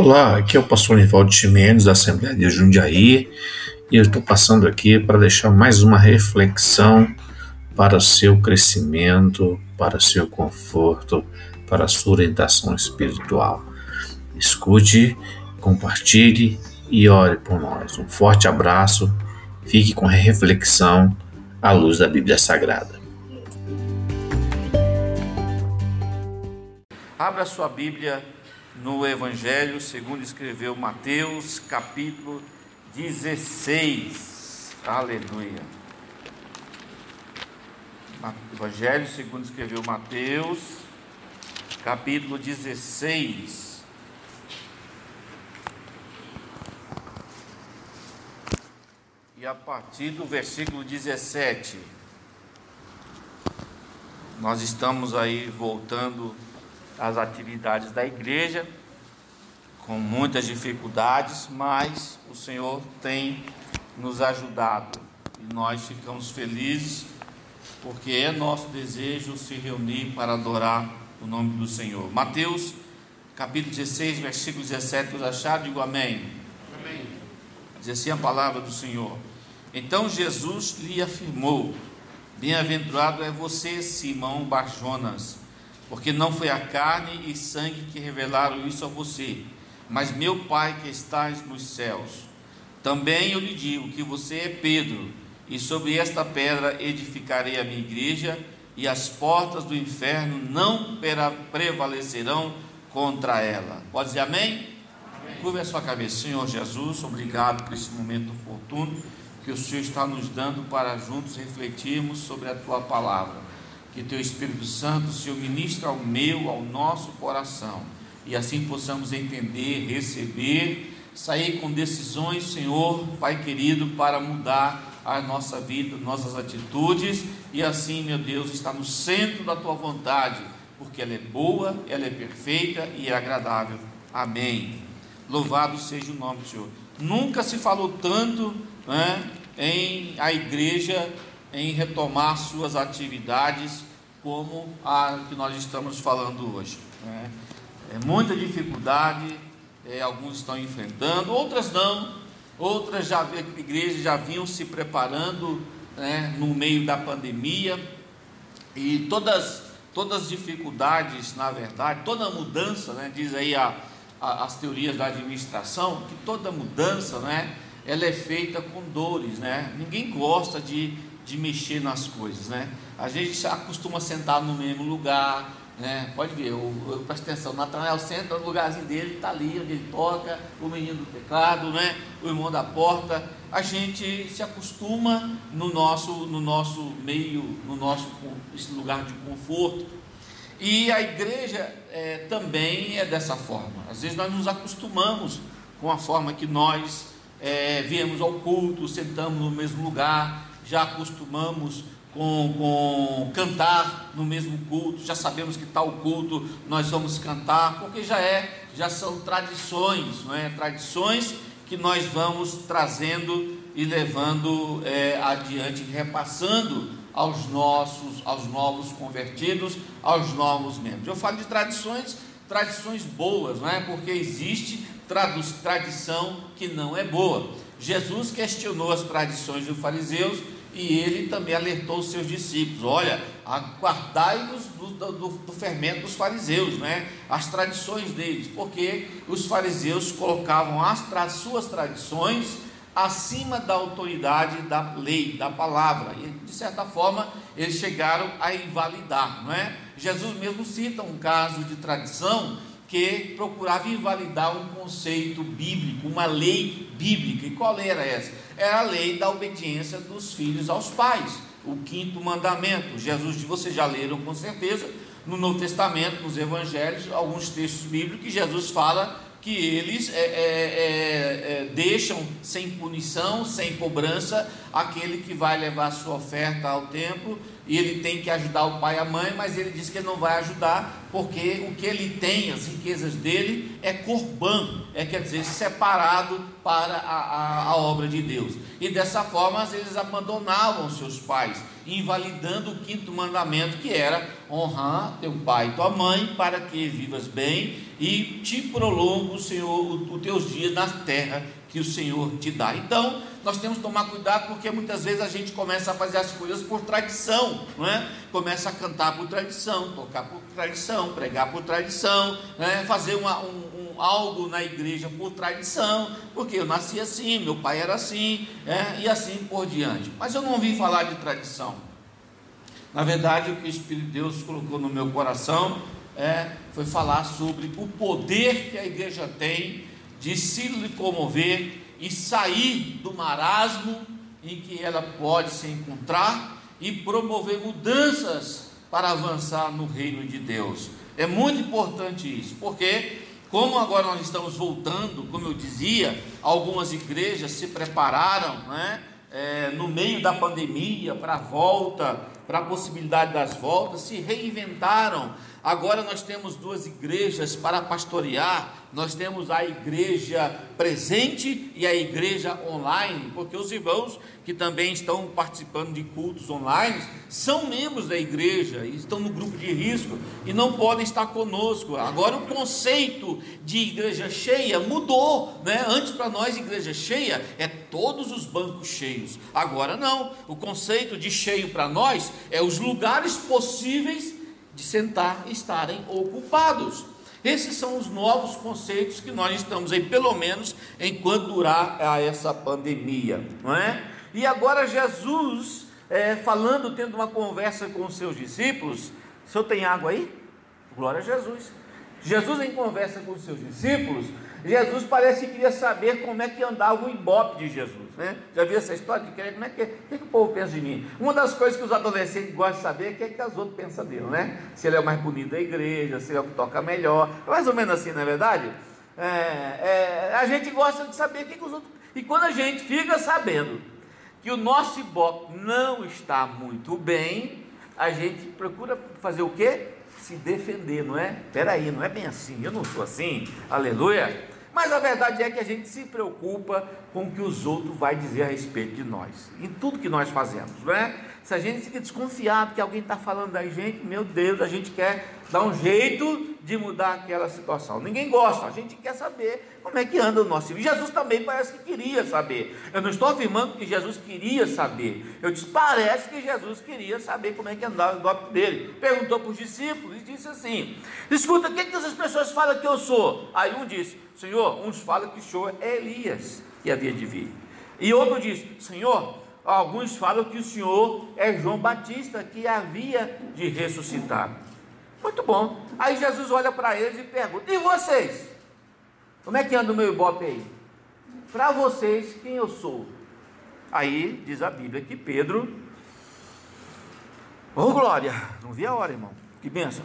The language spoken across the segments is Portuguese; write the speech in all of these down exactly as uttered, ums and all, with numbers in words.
Olá, aqui é o pastor Nivaldo Ximenes, da Assembleia de Jundiaí, e eu estou passando aqui para deixar mais uma reflexão para o seu crescimento, para o seu conforto, para a sua orientação espiritual. Escute, compartilhe e ore por nós. Um forte abraço, fique com a reflexão à luz da Bíblia Sagrada. Abra sua Bíblia no Evangelho segundo escreveu Mateus, capítulo dezesseis. Aleluia. Evangelho segundo escreveu Mateus, capítulo dezesseis. E a partir do versículo dezessete. Nós estamos aí voltando às atividades da igreja, com muitas dificuldades, mas o Senhor tem nos ajudado e nós ficamos felizes, porque é nosso desejo se reunir para adorar o nome do Senhor. Mateus capítulo dezesseis, versículo dezessete, os acharam? Digo amém. Amém. Diz assim a palavra do Senhor: Então Jesus lhe afirmou: Bem-aventurado é você, Simão Bar-Jonas, porque não foi a carne e sangue que revelaram isso a você, mas meu Pai que estás nos céus. Também eu lhe digo que você é Pedro, e sobre esta pedra edificarei a minha igreja, e as portas do inferno não prevalecerão contra ela. Pode dizer amém? Amém. Curva a sua cabeça. Senhor Jesus, obrigado por esse momento oportuno que o Senhor está nos dando para juntos refletirmos sobre a tua palavra. Que teu Espírito Santo, Senhor, ministra ao meu, ao nosso coração, e assim possamos entender, receber, sair com decisões, Senhor, Pai querido, para mudar a nossa vida, nossas atitudes, e assim, meu Deus, estar no centro da tua vontade, porque ela é boa, ela é perfeita e é agradável. Amém. Louvado seja o nome do Senhor. Nunca se falou tanto, né, em a igreja em retomar suas atividades como a que nós estamos falando hoje. É, é muita dificuldade, é, alguns estão enfrentando, outras não, outras já, igrejas já vinham se preparando, né, no meio da pandemia, e todas, todas as dificuldades, na verdade, toda mudança, né, diz aí a, a, as teorias da administração, que toda mudança, né, ela é feita com dores, né? Ninguém gosta de de mexer nas coisas, né? A gente acostuma sentar no mesmo lugar, né? Pode ver, eu, eu presta atenção, o Natanael senta no lugarzinho dele, está ali onde ele toca, o menino do teclado, né? O irmão da porta. A gente se acostuma no nosso, no nosso meio, no nosso esse lugar de conforto. E a igreja é, também é dessa forma. Às vezes nós nos acostumamos com a forma que nós é, viemos ao culto, sentamos no mesmo lugar, já acostumamos com, com cantar no mesmo culto, já sabemos que tal culto nós vamos cantar, porque já é, já são tradições, não é? Tradições que nós vamos trazendo e levando é, adiante, repassando aos nossos, aos novos convertidos, aos novos membros. Eu falo de tradições, tradições boas, não é? Porque existe tradu- tradição que não é boa. Jesus questionou as tradições dos fariseus, e ele também alertou os seus discípulos: olha, guardai-vos do, do, do fermento dos fariseus, né? As tradições deles, porque os fariseus colocavam as tra suas tradições acima da autoridade da lei, da palavra, e de certa forma eles chegaram a invalidar, não é? Jesus mesmo cita um caso de tradição que procurava invalidar um conceito bíblico, uma lei bíblica. E qual lei era essa? Era a lei da obediência dos filhos aos pais, o quinto mandamento. Jesus, vocês já leram com certeza no Novo Testamento, nos Evangelhos, alguns textos bíblicos que Jesus fala que eles é, é, é, é, deixam sem punição, sem cobrança, aquele que vai levar a sua oferta ao templo, e ele tem que ajudar o pai e a mãe, mas ele diz que ele não vai ajudar, porque o que ele tem, as riquezas dele, é corban, é, quer dizer, separado para a, a, a obra de Deus. E dessa forma, eles abandonavam seus pais, invalidando o quinto mandamento, que era honrar teu pai e tua mãe, para que vivas bem e te prolongue o Senhor os teus dias na terra que o Senhor te dá. Então nós temos que tomar cuidado, porque muitas vezes a gente começa a fazer as coisas por tradição, não é? Começa a cantar por tradição, tocar por tradição, pregar por tradição, né? Fazer uma, um, um, algo na igreja por tradição, porque eu nasci assim, meu pai era assim, é? E assim por diante. Mas eu não vim falar de tradição. Na verdade, o que o Espírito de Deus colocou no meu coração é, foi falar sobre o poder que a igreja tem de se locomover e sair do marasmo em que ela pode se encontrar e promover mudanças para avançar no reino de Deus. É muito importante isso, porque como agora nós estamos voltando, como eu dizia, algumas igrejas se prepararam, né, é, no meio da pandemia para a volta, para a possibilidade das voltas, se reinventaram. Agora nós temos duas igrejas para pastorear. Nós temos a igreja presente e a igreja online, porque os irmãos que também estão participando de cultos online são membros da igreja, estão no grupo de risco e não podem estar conosco. Agora o conceito de igreja cheia mudou, né? Antes, para nós, igreja cheia é todos os bancos cheios. Agora não, o conceito de cheio para nós é os lugares possíveis de sentar e estarem ocupados. Esses são os novos conceitos que nós estamos aí, pelo menos enquanto durar essa pandemia, não é? E agora Jesus, é, falando, tendo uma conversa com os seus discípulos. O senhor tem água aí? Glória a Jesus. Jesus, em conversa com os seus discípulos, Jesus parece que queria saber como é que andava o ibope de Jesus, né? Já viu essa história de que, como é que, que, que o povo pensa de mim? Uma das coisas que os adolescentes gostam de saber é o que é que os outros pensam dele, né? Se ele é o mais bonito da igreja, se ele é o que toca melhor, mais ou menos assim, não é verdade? É, é, a gente gosta de saber o que, que os outros... E quando a gente fica sabendo que o nosso ibope não está muito bem, a gente procura fazer o quê? Se defender, não é? Peraí, não é bem assim, eu não sou assim, aleluia. Mas a verdade é que a gente se preocupa com o que os outros vão dizer a respeito de nós, em tudo que nós fazemos, não é? Se a gente fica desconfiado que alguém está falando da gente, meu Deus, a gente quer dar um jeito de mudar aquela situação. Ninguém gosta, a gente quer saber como é que anda o nosso filho. Jesus também parece que queria saber. Eu não estou afirmando que Jesus queria saber. Eu disse, parece que Jesus queria saber como é que andava o ibope dele. Perguntou para os discípulos e disse assim: escuta, o que, que essas pessoas falam que eu sou? Aí um disse: Senhor, uns falam que o Senhor é Elias que havia de vir. E outro disse: Senhor, alguns falam que o Senhor é João Batista que havia de ressuscitar. Muito bom. Aí Jesus olha para eles e pergunta: e vocês? Como é que anda o meu ibope aí? Para vocês, quem eu sou? Aí diz a Bíblia que Pedro, oh glória, não vi a hora, irmão, que bênção.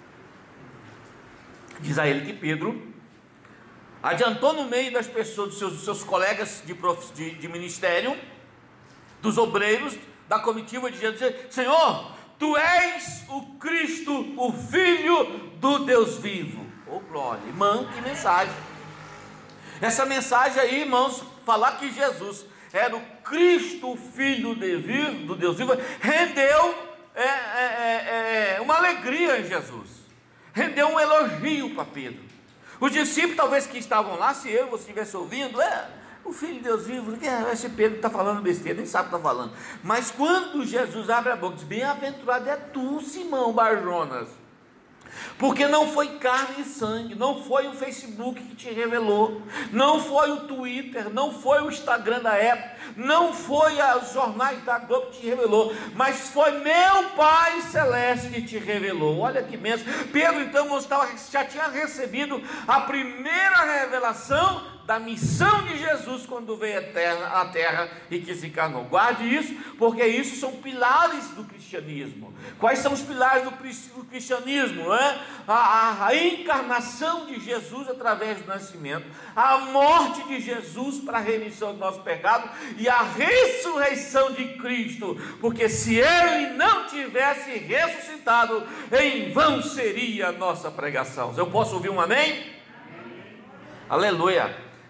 Diz a ele que Pedro adiantou no meio das pessoas, dos seus, dos seus colegas de, prof, de, de ministério, dos obreiros, da comitiva de Jesus: Senhor, Tu és o Cristo, o Filho do Deus vivo. Oh glória, irmão, que mensagem. Essa mensagem aí, irmãos, falar que Jesus era o Cristo, o Filho do Deus vivo, rendeu é, é, é, uma alegria em Jesus, rendeu um elogio para Pedro. Os discípulos talvez que estavam lá, se eu e você estivesse ouvindo, é, o Filho de Deus vivo, esse Pedro está falando besteira, nem sabe o que está falando. Mas quando Jesus abre a boca, diz: bem-aventurado é tu, Simão Barjonas, porque não foi carne e sangue, não foi o Facebook que te revelou, não foi o Twitter, não foi o Instagram da época, não foi os jornais da Globo que te revelou, mas foi meu Pai Celeste que te revelou. Olha que bênção. Pedro então mostrava que já tinha recebido a primeira revelação da missão de Jesus quando veio à terra e que se encarnou. Guarde isso, porque isso são pilares do cristianismo. Quais são os pilares do cristianismo? Não é? a, a, a encarnação de Jesus através do nascimento, a morte de Jesus para a remissão do nosso pecado e a ressurreição de Cristo, porque se Ele não tivesse ressuscitado, em vão seria a nossa pregação. Eu posso ouvir um amém? Amém. Aleluia.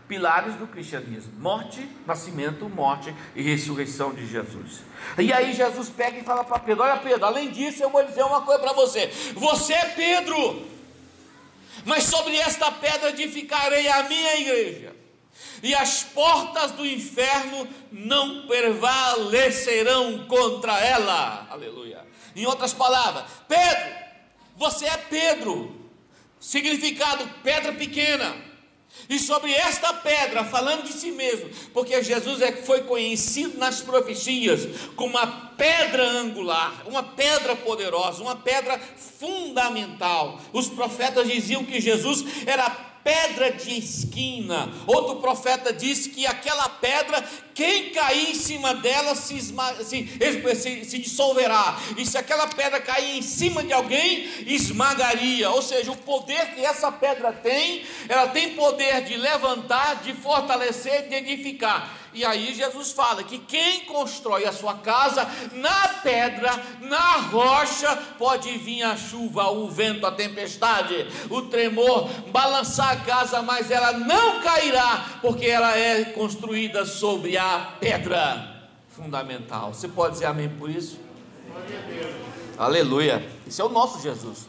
pilares do cristianismo: morte, nascimento, morte e ressurreição de Jesus. E aí Jesus pega e fala para Pedro: olha Pedro, além disso eu vou dizer uma coisa para você, você é Pedro, mas sobre esta pedra edificarei a minha igreja, e as portas do inferno não prevalecerão contra ela. Aleluia. Em outras palavras, Pedro, você é Pedro, significado pedra pequena, e sobre esta pedra, falando de si mesmo, porque Jesus é, foi conhecido nas profecias como uma pedra angular, uma pedra poderosa, uma pedra fundamental. Os profetas diziam que Jesus era pedra de esquina. Outro profeta disse que aquela pedra, quem cair em cima dela se, esma, se, se, se dissolverá, e se aquela pedra cair em cima de alguém, esmagaria. Ou seja, o poder que essa pedra tem, ela tem poder de levantar, de fortalecer, de edificar. E aí Jesus fala que quem constrói a sua casa na pedra, na rocha, pode vir a chuva, o vento, a tempestade, o tremor, balançar a casa, mas ela não cairá, porque ela é construída sobre a pedra fundamental. Você pode dizer amém por isso? Aleluia. Esse é o nosso Jesus.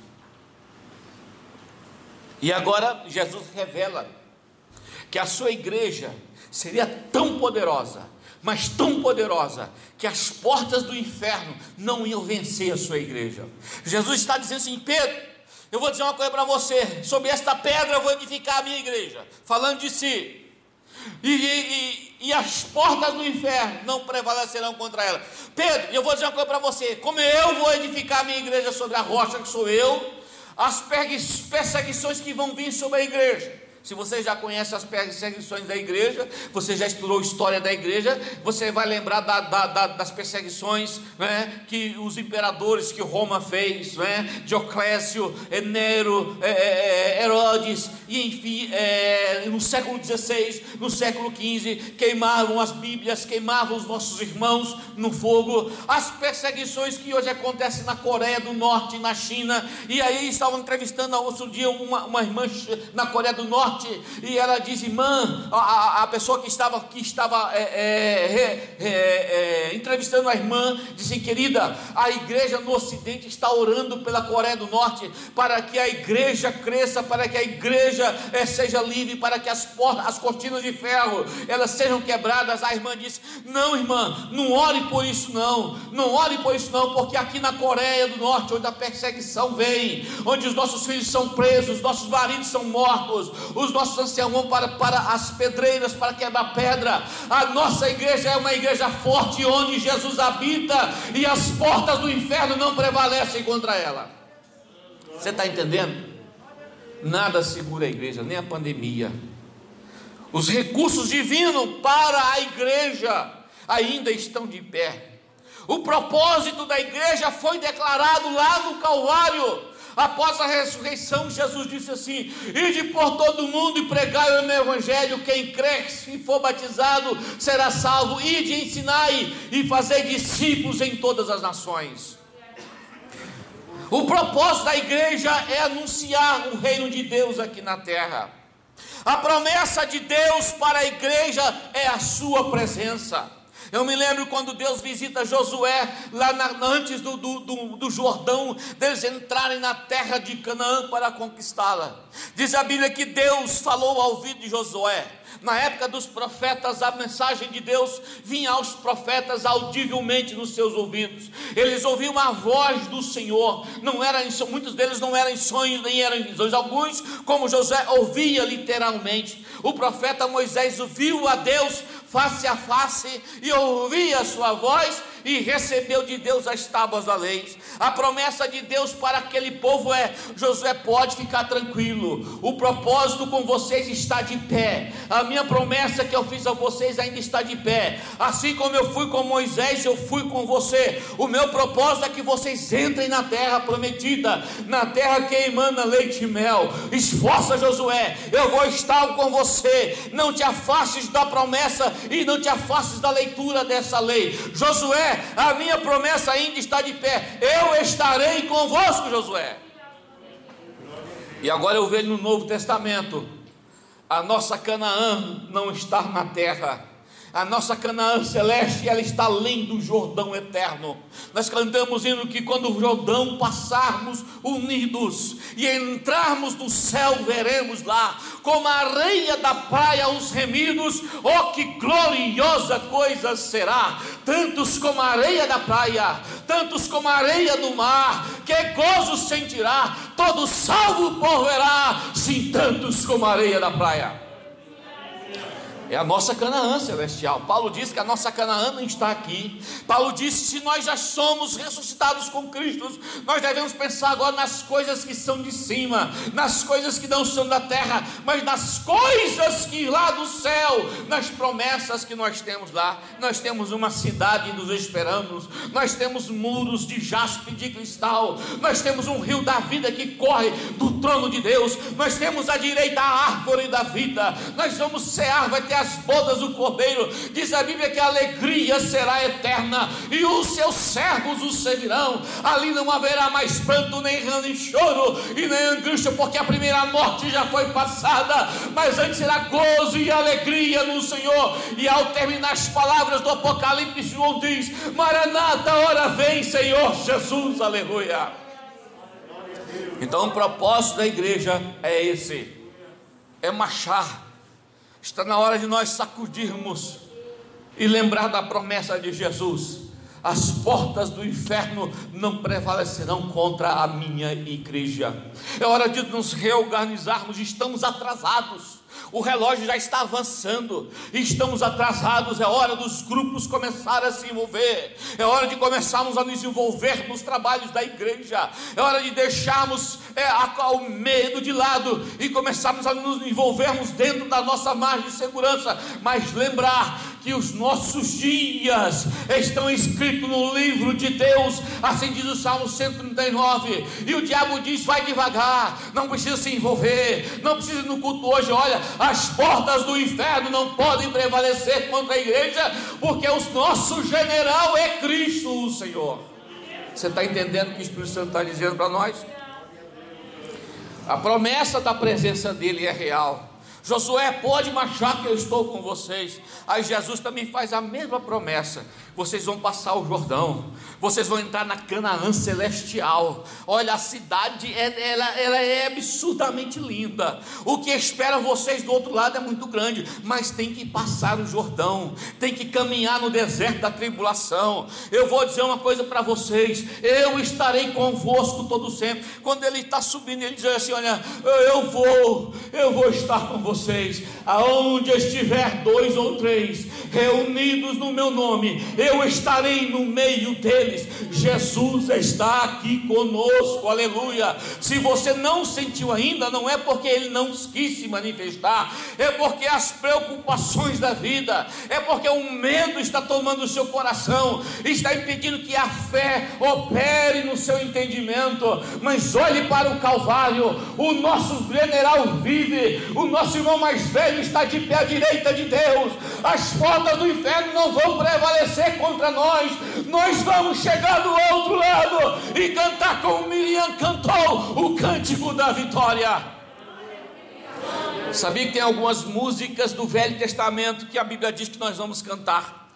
E agora Jesus revela que a sua igreja seria tão poderosa, mas tão poderosa, que as portas do inferno não iam vencer a sua igreja. Jesus está dizendo assim: Pedro, eu vou dizer uma coisa para você, sobre esta pedra eu vou edificar a minha igreja, falando de si, e, e, e as portas do inferno não prevalecerão contra ela. Pedro, eu vou dizer uma coisa para você, como eu vou edificar a minha igreja sobre a rocha que sou eu, as perseguições que vão vir sobre a igreja. Se você já conhece as perseguições da igreja, você já estudou a história da igreja, você vai lembrar da, da, da, das perseguições, né, que os imperadores que Roma fez, né, Dioclésio, Nero, é, é, Herodes, e enfim, é, no século dezesseis, no século quinze, queimavam as Bíblias, queimavam os nossos irmãos no fogo. As perseguições que hoje acontecem na Coreia do Norte, na China, e aí estavam entrevistando outro dia uma, uma irmã na Coreia do Norte, e ela diz: irmã, a, a pessoa que estava, que estava é, é, é, é, entrevistando a irmã, disse: querida, a igreja no ocidente está orando pela Coreia do Norte, para que a igreja cresça, para que a igreja é, seja livre, para que as portas, as cortinas de ferro, elas sejam quebradas. A irmã disse: não, irmã, não ore por isso não, não ore por isso não, porque aqui na Coreia do Norte, onde a perseguição vem, onde os nossos filhos são presos, os nossos maridos são mortos, os nossos anciãos vão para, para as pedreiras para quebrar pedra, a nossa igreja é uma igreja forte, onde Jesus habita, e as portas do inferno não prevalecem contra ela. Você está entendendo? Nada segura a igreja, nem a pandemia. Os recursos divinos para a igreja ainda estão de pé. O propósito da igreja foi declarado lá no Calvário. Após a ressurreição, Jesus disse assim: ide por todo mundo e pregai o meu evangelho, quem crer e for batizado será salvo, ide e ensinai e fazei discípulos em todas as nações. O propósito da igreja é anunciar o reino de Deus aqui na terra. A promessa de Deus para a igreja é a sua presença. Eu me lembro quando Deus visita Josué, lá na, antes do, do, do, do Jordão, deles entrarem na terra de Canaã para conquistá-la. Diz a Bíblia que Deus falou ao ouvido de Josué. Na época dos profetas, a mensagem de Deus vinha aos profetas audivelmente nos seus ouvidos. Eles ouviam a voz do Senhor. Não era em, muitos deles não eram em sonhos, nem eram em visões. Alguns, como Josué, ouvia literalmente. O profeta Moisés ouviu a Deus face a face e ouvia a sua voz e recebeu de Deus as tábuas da lei. A promessa de Deus para aquele povo é: Josué, pode ficar tranquilo, o propósito com vocês está de pé, a minha promessa que eu fiz a vocês ainda está de pé, assim como eu fui com Moisés, eu fui com você. O meu propósito é que vocês entrem na terra prometida, na terra que emana leite e mel. Esforça, Josué, eu vou estar com você, não te afastes da promessa e não te afastes da leitura dessa lei. Josué, a minha promessa ainda está de pé, eu estarei convosco, Josué. E agora eu vejo no Novo Testamento A nossa Canaã não está na terra. A nossa Canaã celeste, ela está além do Jordão eterno. Nós cantamos hino que quando o Jordão passarmos unidos e entrarmos no céu, veremos lá como a areia da praia os remidos. Oh, que gloriosa coisa será! Tantos como a areia da praia, tantos como a areia do mar, que gozo sentirá todo salvo porverá, sim, tantos como a areia da praia. É a nossa Canaã celestial. Paulo diz que a nossa Canaã não está aqui. Paulo disse que se nós já somos ressuscitados com Cristo, nós devemos pensar agora nas coisas que são de cima, nas coisas que não são da terra, mas nas coisas que lá do céu, nas promessas que nós temos lá. Nós temos uma cidade nos esperando, nós temos muros de jaspe de cristal, nós temos um rio da vida que corre do trono de Deus, nós temos à direita a árvore da vida, nós vamos cear, vai ter as bodas do Cordeiro. Diz a Bíblia que a alegria será eterna e os seus servos o servirão. Ali não haverá mais pranto, nem nem choro e nem angústia, porque a primeira morte já foi passada, mas antes será gozo e alegria no Senhor. E ao terminar as palavras do Apocalipse, João diz: Maranata, hora vem, Senhor Jesus, aleluia. Então o propósito da igreja é esse, é marchar. Está na hora de nós sacudirmos e lembrar da promessa de Jesus: as portas do inferno não prevalecerão contra a minha igreja. É hora de nos reorganizarmos. Estamos atrasados, o relógio já está avançando, estamos atrasados. É hora dos grupos começarem a se envolver, é hora de começarmos a nos envolver nos trabalhos da igreja, é hora de deixarmos é, a, o medo de lado e começarmos a nos envolvermos dentro da nossa margem de segurança, mas lembrar que os nossos dias estão escritos no livro de Deus. Assim diz o Salmo cento e trinta e nove. E o diabo diz: vai devagar, não precisa se envolver, não precisa ir no culto hoje. Olha, as portas do inferno não podem prevalecer contra a igreja, porque o nosso general é Cristo o Senhor. Você está entendendo o que o Espírito Santo está dizendo para nós? A promessa da presença dele é real. Josué, pode marchar que eu estou com vocês. Aí Jesus também faz a mesma promessa: vocês vão passar o Jordão, vocês vão entrar na Canaã celestial. Olha, a cidade é, ela, ela é absurdamente linda. O que espera vocês do outro lado é muito grande, mas tem que passar o Jordão, tem que caminhar no deserto da tribulação. Eu vou dizer uma coisa para vocês: eu estarei convosco todo sempre. Quando ele está subindo, ele diz assim: olha, eu vou, eu vou estar com vocês. Vocês, aonde estiver dois ou três reunidos no meu nome, eu estarei no meio deles. Jesus está aqui conosco, aleluia. Se você não sentiu ainda, não é porque ele não quis se manifestar, é porque as preocupações da vida, é porque o medo está tomando o seu coração, está impedindo que a fé opere no seu entendimento. Mas olhe para o Calvário, o nosso general vive, o nosso irmão mais velho está de pé à direita de Deus. As portas do inferno não vão prevalecer contra nós. Nós vamos chegar do outro lado e cantar como Miriam cantou o cântico da vitória. Sabia que tem algumas músicas do Velho Testamento que a Bíblia diz que nós vamos cantar?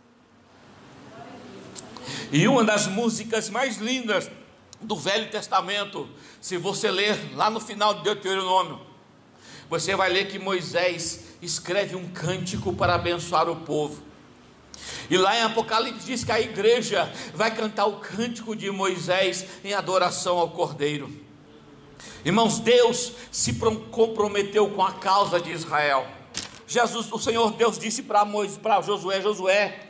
E uma das músicas mais lindas do Velho Testamento, se você ler lá no final de Deuteronômio, você vai ler que Moisés escreve um cântico para abençoar o povo. E lá em Apocalipse diz que a igreja vai cantar o cântico de Moisés em adoração ao Cordeiro. Irmãos, Deus se comprometeu com a causa de Israel. Jesus, o Senhor Deus disse para Moisés, para Josué: Josué,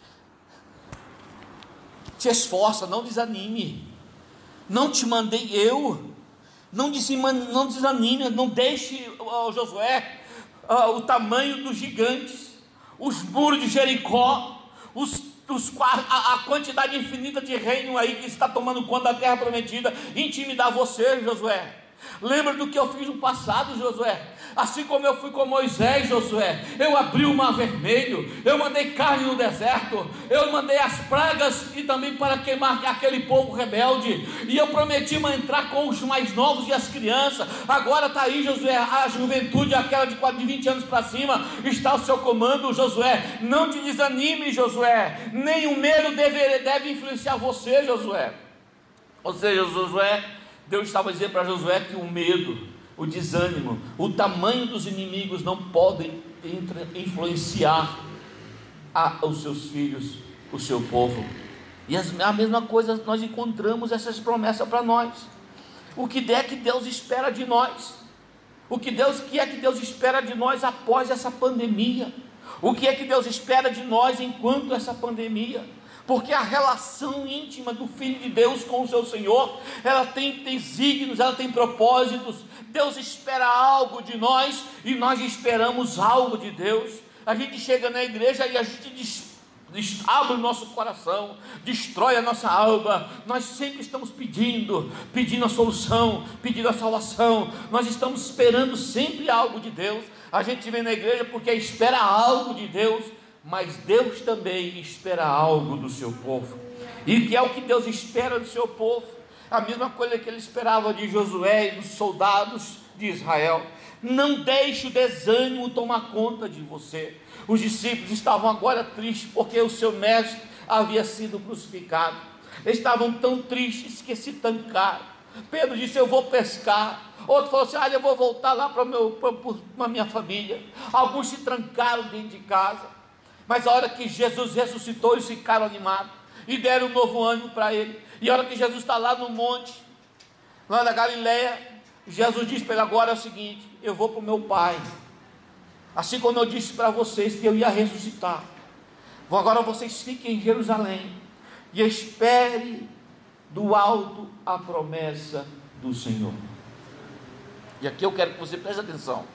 te esforça, não desanime. Não te mandei eu? Não desanime, não deixe, oh, Josué, oh, o tamanho dos gigantes, os muros de Jericó, os, os, a, a quantidade infinita de reino aí que está tomando conta da terra prometida, intimidar você, Josué. Lembra do que eu fiz no passado, Josué? Assim como eu fui com Moisés, Josué, eu abri o mar vermelho, eu mandei carne no deserto, eu mandei as pragas e também para queimar aquele povo rebelde, e eu prometi entrar com os mais novos e as crianças. Agora está aí, Josué, a juventude, aquela de de vinte anos para cima, está ao seu comando, Josué. Não te desanime, Josué, nem o medo deve, deve influenciar você, Josué. Ou seja, Josué, Deus estava dizendo para Josué que o medo, o desânimo, o tamanho dos inimigos não podem influenciar a, os seus filhos, o seu povo. E as, a mesma coisa nós encontramos essas promessas para nós. O que é que Deus espera de nós? O que Deus que é que Deus espera de nós após essa pandemia? O que é que Deus espera de nós enquanto essa pandemia? Porque a relação íntima do Filho de Deus com o seu Senhor, ela tem desígnios, ela tem propósitos. Deus espera algo de nós e nós esperamos algo de Deus. A gente chega na igreja e a gente des, des, abre o nosso coração, destrói a nossa alma. Nós sempre estamos pedindo, pedindo a solução, pedindo a salvação. Nós estamos esperando sempre algo de Deus. A gente vem na igreja porque espera algo de Deus, mas Deus também espera algo do seu povo. E que é o que Deus espera do seu povo? A mesma coisa que ele esperava de Josué e dos soldados de Israel. Não deixe o desânimo tomar conta de você. Os discípulos estavam agora tristes porque o seu mestre havia sido crucificado. Eles estavam tão tristes que se trancaram. Pedro disse: eu vou pescar. Outro falou assim: olha, eu vou voltar lá para a minha família. Alguns se trancaram dentro de casa. Mas a hora que Jesus ressuscitou, eles ficaram animados e deram um novo ânimo para ele. E a hora que Jesus está lá no monte, lá na Galileia, Jesus disse para ele: agora é o seguinte, eu vou para o meu Pai, assim como eu disse para vocês que eu ia ressuscitar. Agora vocês fiquem em Jerusalém e espere do alto a promessa do Senhor. E aqui eu quero que você preste atenção.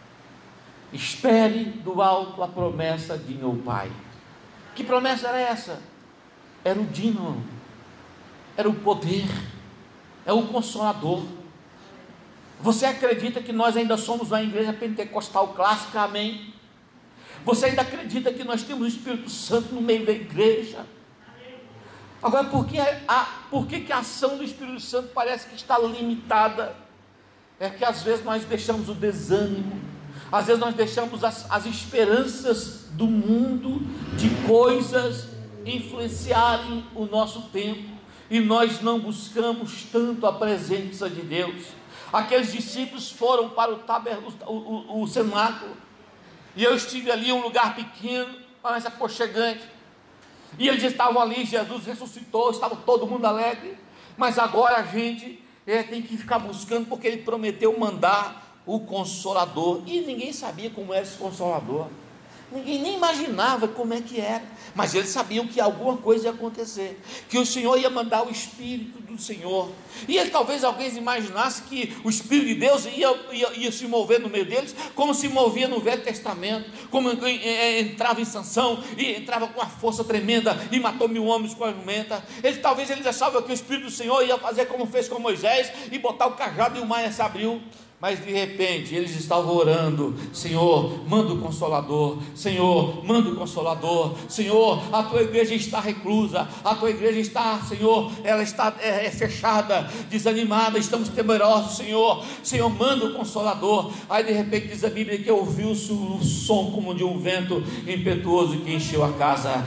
Espere do alto a promessa de meu Pai. Que promessa era essa? Era o dínamo, era o poder, é o Consolador. Você acredita que nós ainda somos uma igreja pentecostal clássica? Amém? Você ainda acredita que nós temos o Espírito Santo no meio da igreja? Agora, por que a, por que que a ação do Espírito Santo parece que está limitada? É que às vezes nós deixamos o desânimo, às vezes nós deixamos as, as esperanças do mundo, de coisas, influenciarem o nosso tempo, e nós não buscamos tanto a presença de Deus. Aqueles discípulos foram para o, taber, o, o, o cenáculo, e eu estive ali em um lugar pequeno, mas aconchegante, e eles estavam ali, Jesus ressuscitou, estava todo mundo alegre, mas agora a gente é, tem que ficar buscando, porque ele prometeu mandar o Consolador, e ninguém sabia como era esse Consolador, ninguém nem imaginava como é que era, mas eles sabiam que alguma coisa ia acontecer, que o Senhor ia mandar o Espírito do Senhor, e ele, talvez alguém imaginasse que o Espírito de Deus ia, ia, ia se mover no meio deles, como se movia no Velho Testamento, como entrava em Sansão, e entrava com uma força tremenda, e matou mil homens com a jumenta. Eles, talvez eles achavam que o Espírito do Senhor ia fazer como fez com Moisés, e botar o cajado e o mar se abriu. Mas de repente eles estavam orando: Senhor, manda o Consolador, Senhor, manda o Consolador, Senhor, a tua igreja está reclusa, a tua igreja está, Senhor, ela está é, é fechada, desanimada, estamos temerosos, Senhor, Senhor, manda o Consolador. Aí de repente diz a Bíblia que ouviu-se o som como de um vento impetuoso que encheu a casa,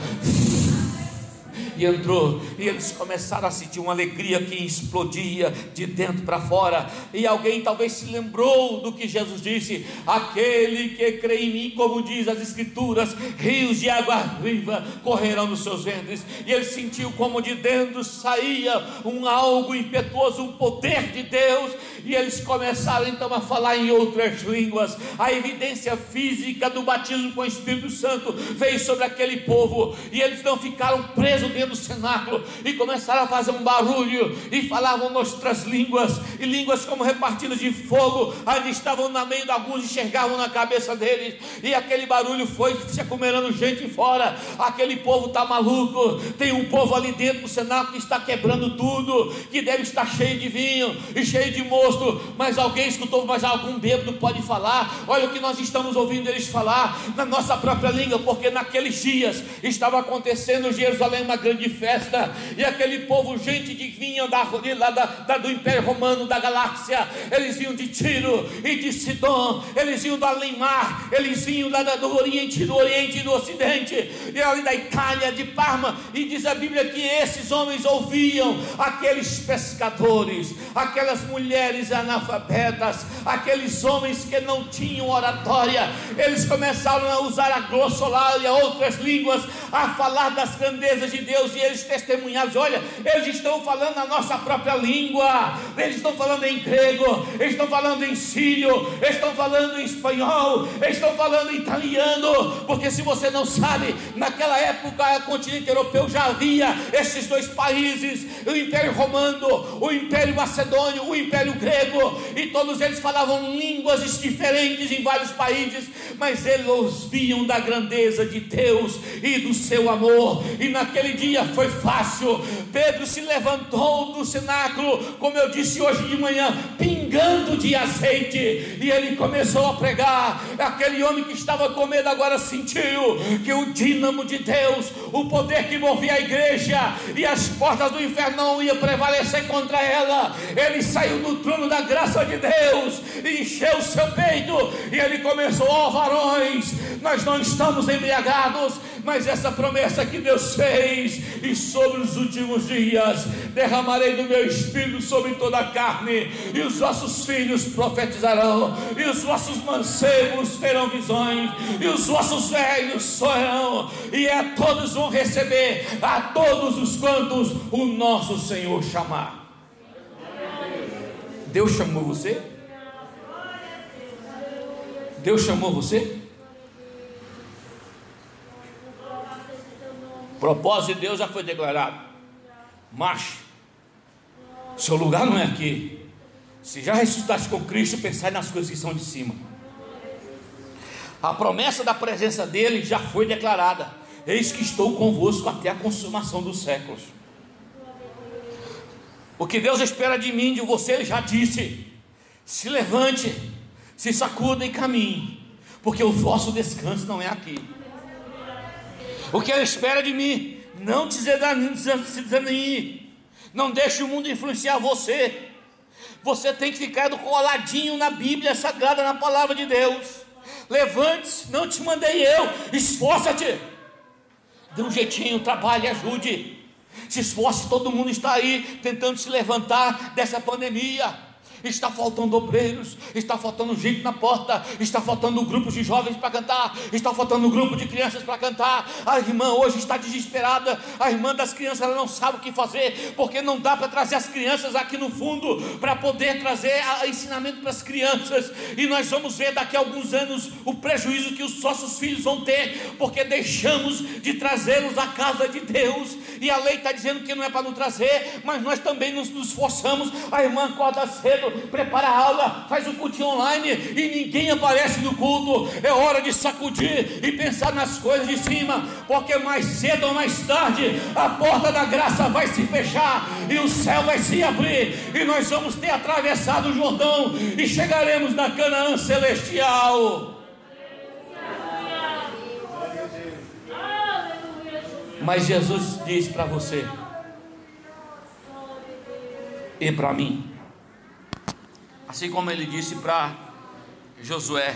e entrou, e eles começaram a sentir uma alegria que explodia de dentro para fora. E alguém talvez se lembrou do que Jesus disse: aquele que crê em mim, como diz as Escrituras, rios de água viva correrão nos seus ventres. E ele sentiu como de dentro saía um algo impetuoso, um poder de Deus, e eles começaram então a falar em outras línguas. A evidência física do batismo com o Espírito Santo veio sobre aquele povo, e eles não ficaram presos dentro dentro do cenáculo e começaram a fazer um barulho e falavam noutras línguas, e línguas como repartidas de fogo, ainda estavam no meio de alguns, enxergavam na cabeça deles, e aquele barulho foi se acumulando gente fora. Aquele povo está maluco, tem um povo ali dentro do cenáculo que está quebrando tudo, que deve estar cheio de vinho e cheio de mosto. Mas alguém escutou, mas algum bêbado pode falar? Olha o que nós estamos ouvindo eles falar na nossa própria língua, porque naqueles dias estava acontecendo em Jerusalém uma grande festa, e aquele povo, gente que vinha da, de lá da, da, do Império Romano, da galáxia, eles vinham de Tiro e de Sidom, eles vinham do além-mar, eles vinham lá do Oriente, do Oriente e do Ocidente, e ali da Itália, de Parma, e diz a Bíblia que esses homens ouviam aqueles pescadores, aquelas mulheres analfabetas, aqueles homens que não tinham oratória, eles começaram a usar a glossolalia, outras línguas, a falar das grandezas de Deus, e eles testemunharam, olha, eles estão falando a nossa própria língua, eles estão falando em grego, eles estão falando em sírio, eles estão falando em espanhol, eles estão falando em italiano, porque se você não sabe, naquela época o continente europeu já havia esses dois países, o Império Romano, o Império Macedônio, o Império Grego, e todos eles falavam línguas diferentes em vários países, mas eles ouviam da grandeza de Deus e do seu amor. E naquele dia foi fácil. Pedro se levantou do cenáculo, como eu disse hoje de manhã, pingando de azeite, e ele começou a pregar. Aquele homem que estava com medo agora sentiu que o dínamo de Deus, o poder que movia a igreja, e as portas do inferno não iam prevalecer contra ela. Ele saiu do trono da graça de Deus e encheu o seu peito, e ele começou: ó varões, nós não estamos embriagados, mas essa promessa que Deus fez, e sobre os últimos dias derramarei do meu espírito sobre toda a carne, e os vossos filhos profetizarão, e os vossos mancebos terão visões, e os vossos velhos sonharão, e a todos vão receber, a todos os quantos o nosso Senhor chamar. Deus chamou você? Deus chamou você? O propósito de Deus já foi declarado. Marche. Seu lugar não é aqui. Se já ressuscitaste com Cristo, pensai nas coisas que são de cima. A promessa da presença dele já foi declarada: eis que estou convosco até a consumação dos séculos. O que Deus espera de mim, de você, ele já disse: se levante, se sacuda e caminhe, porque o vosso descanso não é aqui. O que ele espera de mim, não te desanime, não deixe o mundo influenciar você. Você tem que ficar coladinho na Bíblia Sagrada, na palavra de Deus. Levante-se, não te mandei eu, esforça-te, dê um jeitinho, trabalhe, ajude, se esforce. Todo mundo está aí tentando se levantar dessa pandemia. Está faltando obreiros, está faltando gente na porta, está faltando um grupo de jovens para cantar, está faltando um grupo de crianças para cantar. A irmã hoje está desesperada, a irmã das crianças, ela não sabe o que fazer, porque não dá para trazer as crianças aqui no fundo, para poder trazer a, ensinamento para as crianças. E nós vamos ver daqui a alguns anos o prejuízo que os nossos filhos vão ter, porque deixamos de trazê-los à casa de Deus. E a lei está dizendo que não é para nos trazer, mas nós também nos, nos forçamos. A irmã acorda cedo, prepara a aula, faz o culto online, e ninguém aparece no culto. É hora de sacudir e pensar nas coisas de cima, porque mais cedo ou mais tarde a porta da graça vai se fechar e o céu vai se abrir, e nós vamos ter atravessado o Jordão e chegaremos na Canaã celestial. Mas Jesus diz para você e para mim, assim como ele disse para Josué,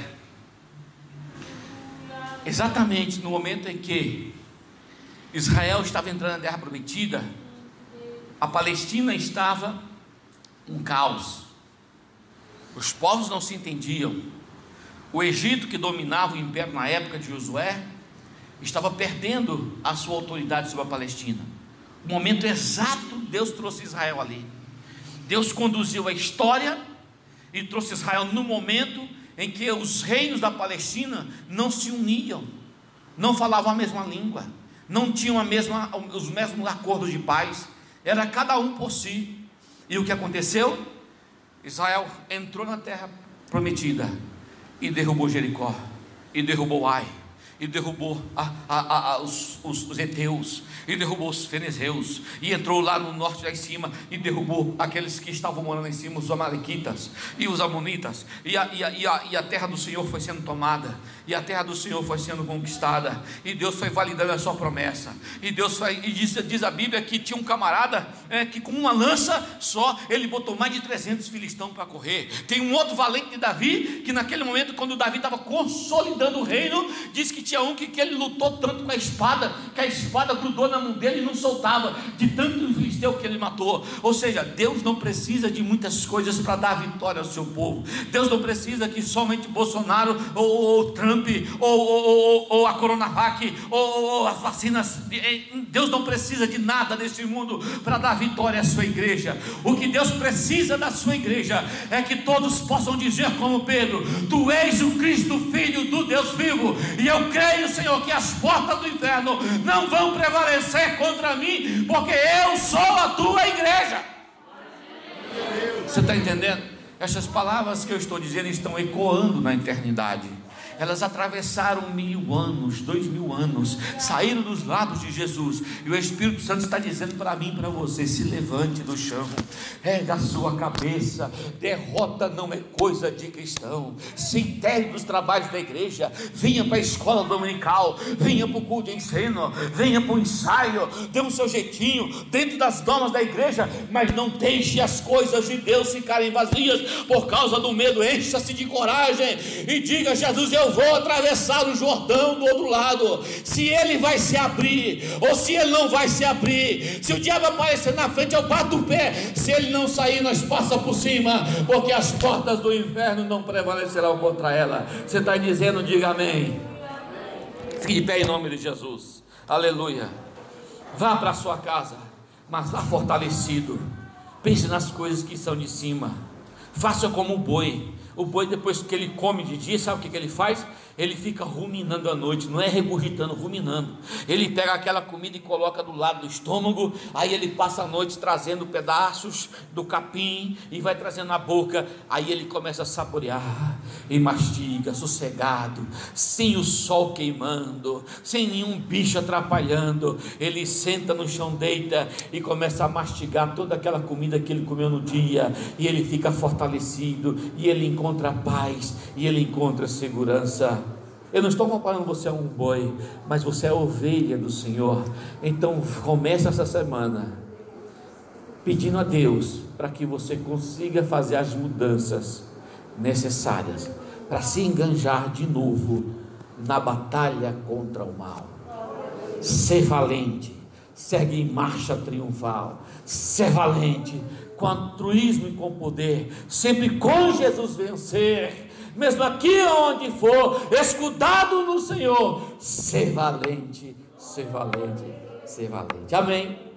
exatamente no momento em que Israel estava entrando na terra prometida, a Palestina estava um caos, os povos não se entendiam. O Egito, que dominava o império na época de Josué, estava perdendo a sua autoridade sobre a Palestina. No momento exato, Deus trouxe Israel ali. Deus conduziu a história e trouxe Israel no momento em que os reinos da Palestina não se uniam, não falavam a mesma língua, não tinham a mesma, os mesmos acordos de paz, era cada um por si. E o que aconteceu? Israel entrou na terra prometida e derrubou Jericó, e derrubou Ai, e derrubou a, a, a, os, os, os heteus, e derrubou os fenezeus, e entrou lá no norte lá em cima, e derrubou aqueles que estavam morando em cima, os amalequitas e os amonitas, e a, e, a, e, a, e a terra do Senhor foi sendo tomada, e a terra do Senhor foi sendo conquistada, e Deus foi validando a sua promessa, e Deus foi, e diz, diz a Bíblia que tinha um camarada é, que com uma lança só, ele botou mais de trezentos filistãos para correr. Tem um outro valente de Davi, que naquele momento, quando Davi estava consolidando o reino, diz que tinha um que, que ele lutou tanto com a espada, que a espada grudou na mão dele e não soltava, de tanto filisteu que ele matou. Ou seja, Deus não precisa de muitas coisas para dar vitória ao seu povo. Deus não precisa que somente Bolsonaro ou, ou, ou Trump ou, ou, ou, ou a Coronavac ou, ou as vacinas. Deus não precisa de nada desse mundo para dar vitória à sua igreja. O que Deus precisa da sua igreja é que todos possam dizer como Pedro: tu és o Cristo, Filho do Deus vivo, e eu creio, Senhor, que as portas do inferno não vão prevalecer contra mim, porque eu sou a tua igreja. Você está entendendo? Essas palavras que eu estou dizendo estão ecoando na eternidade. Elas atravessaram mil anos, dois mil anos, saíram dos lábios de Jesus, e o Espírito Santo está dizendo para mim e para você: se levante do chão, erga a sua cabeça. Derrota não é coisa de cristão. Se intere dos trabalhos da igreja, venha para a escola dominical, venha para o culto de ensino, venha para o ensaio, dê o seu jeitinho dentro das normas da igreja, mas não deixe as coisas de Deus ficarem vazias por causa do medo. Encha-se de coragem e diga: Jesus, eu vou atravessar o Jordão do outro lado. Se ele vai se abrir ou se ele não vai se abrir, se o diabo aparecer na frente, eu bato o pé. Se ele não sair, nós passa por cima, porque as portas do inferno não prevalecerão contra ela. Você está dizendo? Diga amém. Fique de pé em nome de Jesus. Aleluia. Vá para a sua casa, mas vá fortalecido. Pense nas coisas que são de cima. Faça como o boi. O boi, depois que ele come de dia, sabe o que, que ele faz? Ele fica ruminando à noite, não é regurgitando, ruminando. Ele pega aquela comida e coloca do lado do estômago, aí ele passa a noite trazendo pedaços do capim e vai trazendo na boca. Aí ele começa a saborear e mastiga, sossegado, sem o sol queimando, sem nenhum bicho atrapalhando. Ele senta no chão, deita e começa a mastigar toda aquela comida que ele comeu no dia, e ele fica fortalecido, e ele encontra paz, e ele encontra segurança. Eu não estou comparando você a um boi, mas você é a ovelha do Senhor. Então começa essa semana pedindo a Deus para que você consiga fazer as mudanças necessárias para se enganjar de novo na batalha contra o mal. Ser valente, segue em marcha triunfal. Ser valente, com altruísmo e com poder, sempre com Jesus vencer, mesmo aqui onde for, escudado no Senhor. Ser valente, ser valente, ser valente. Amém.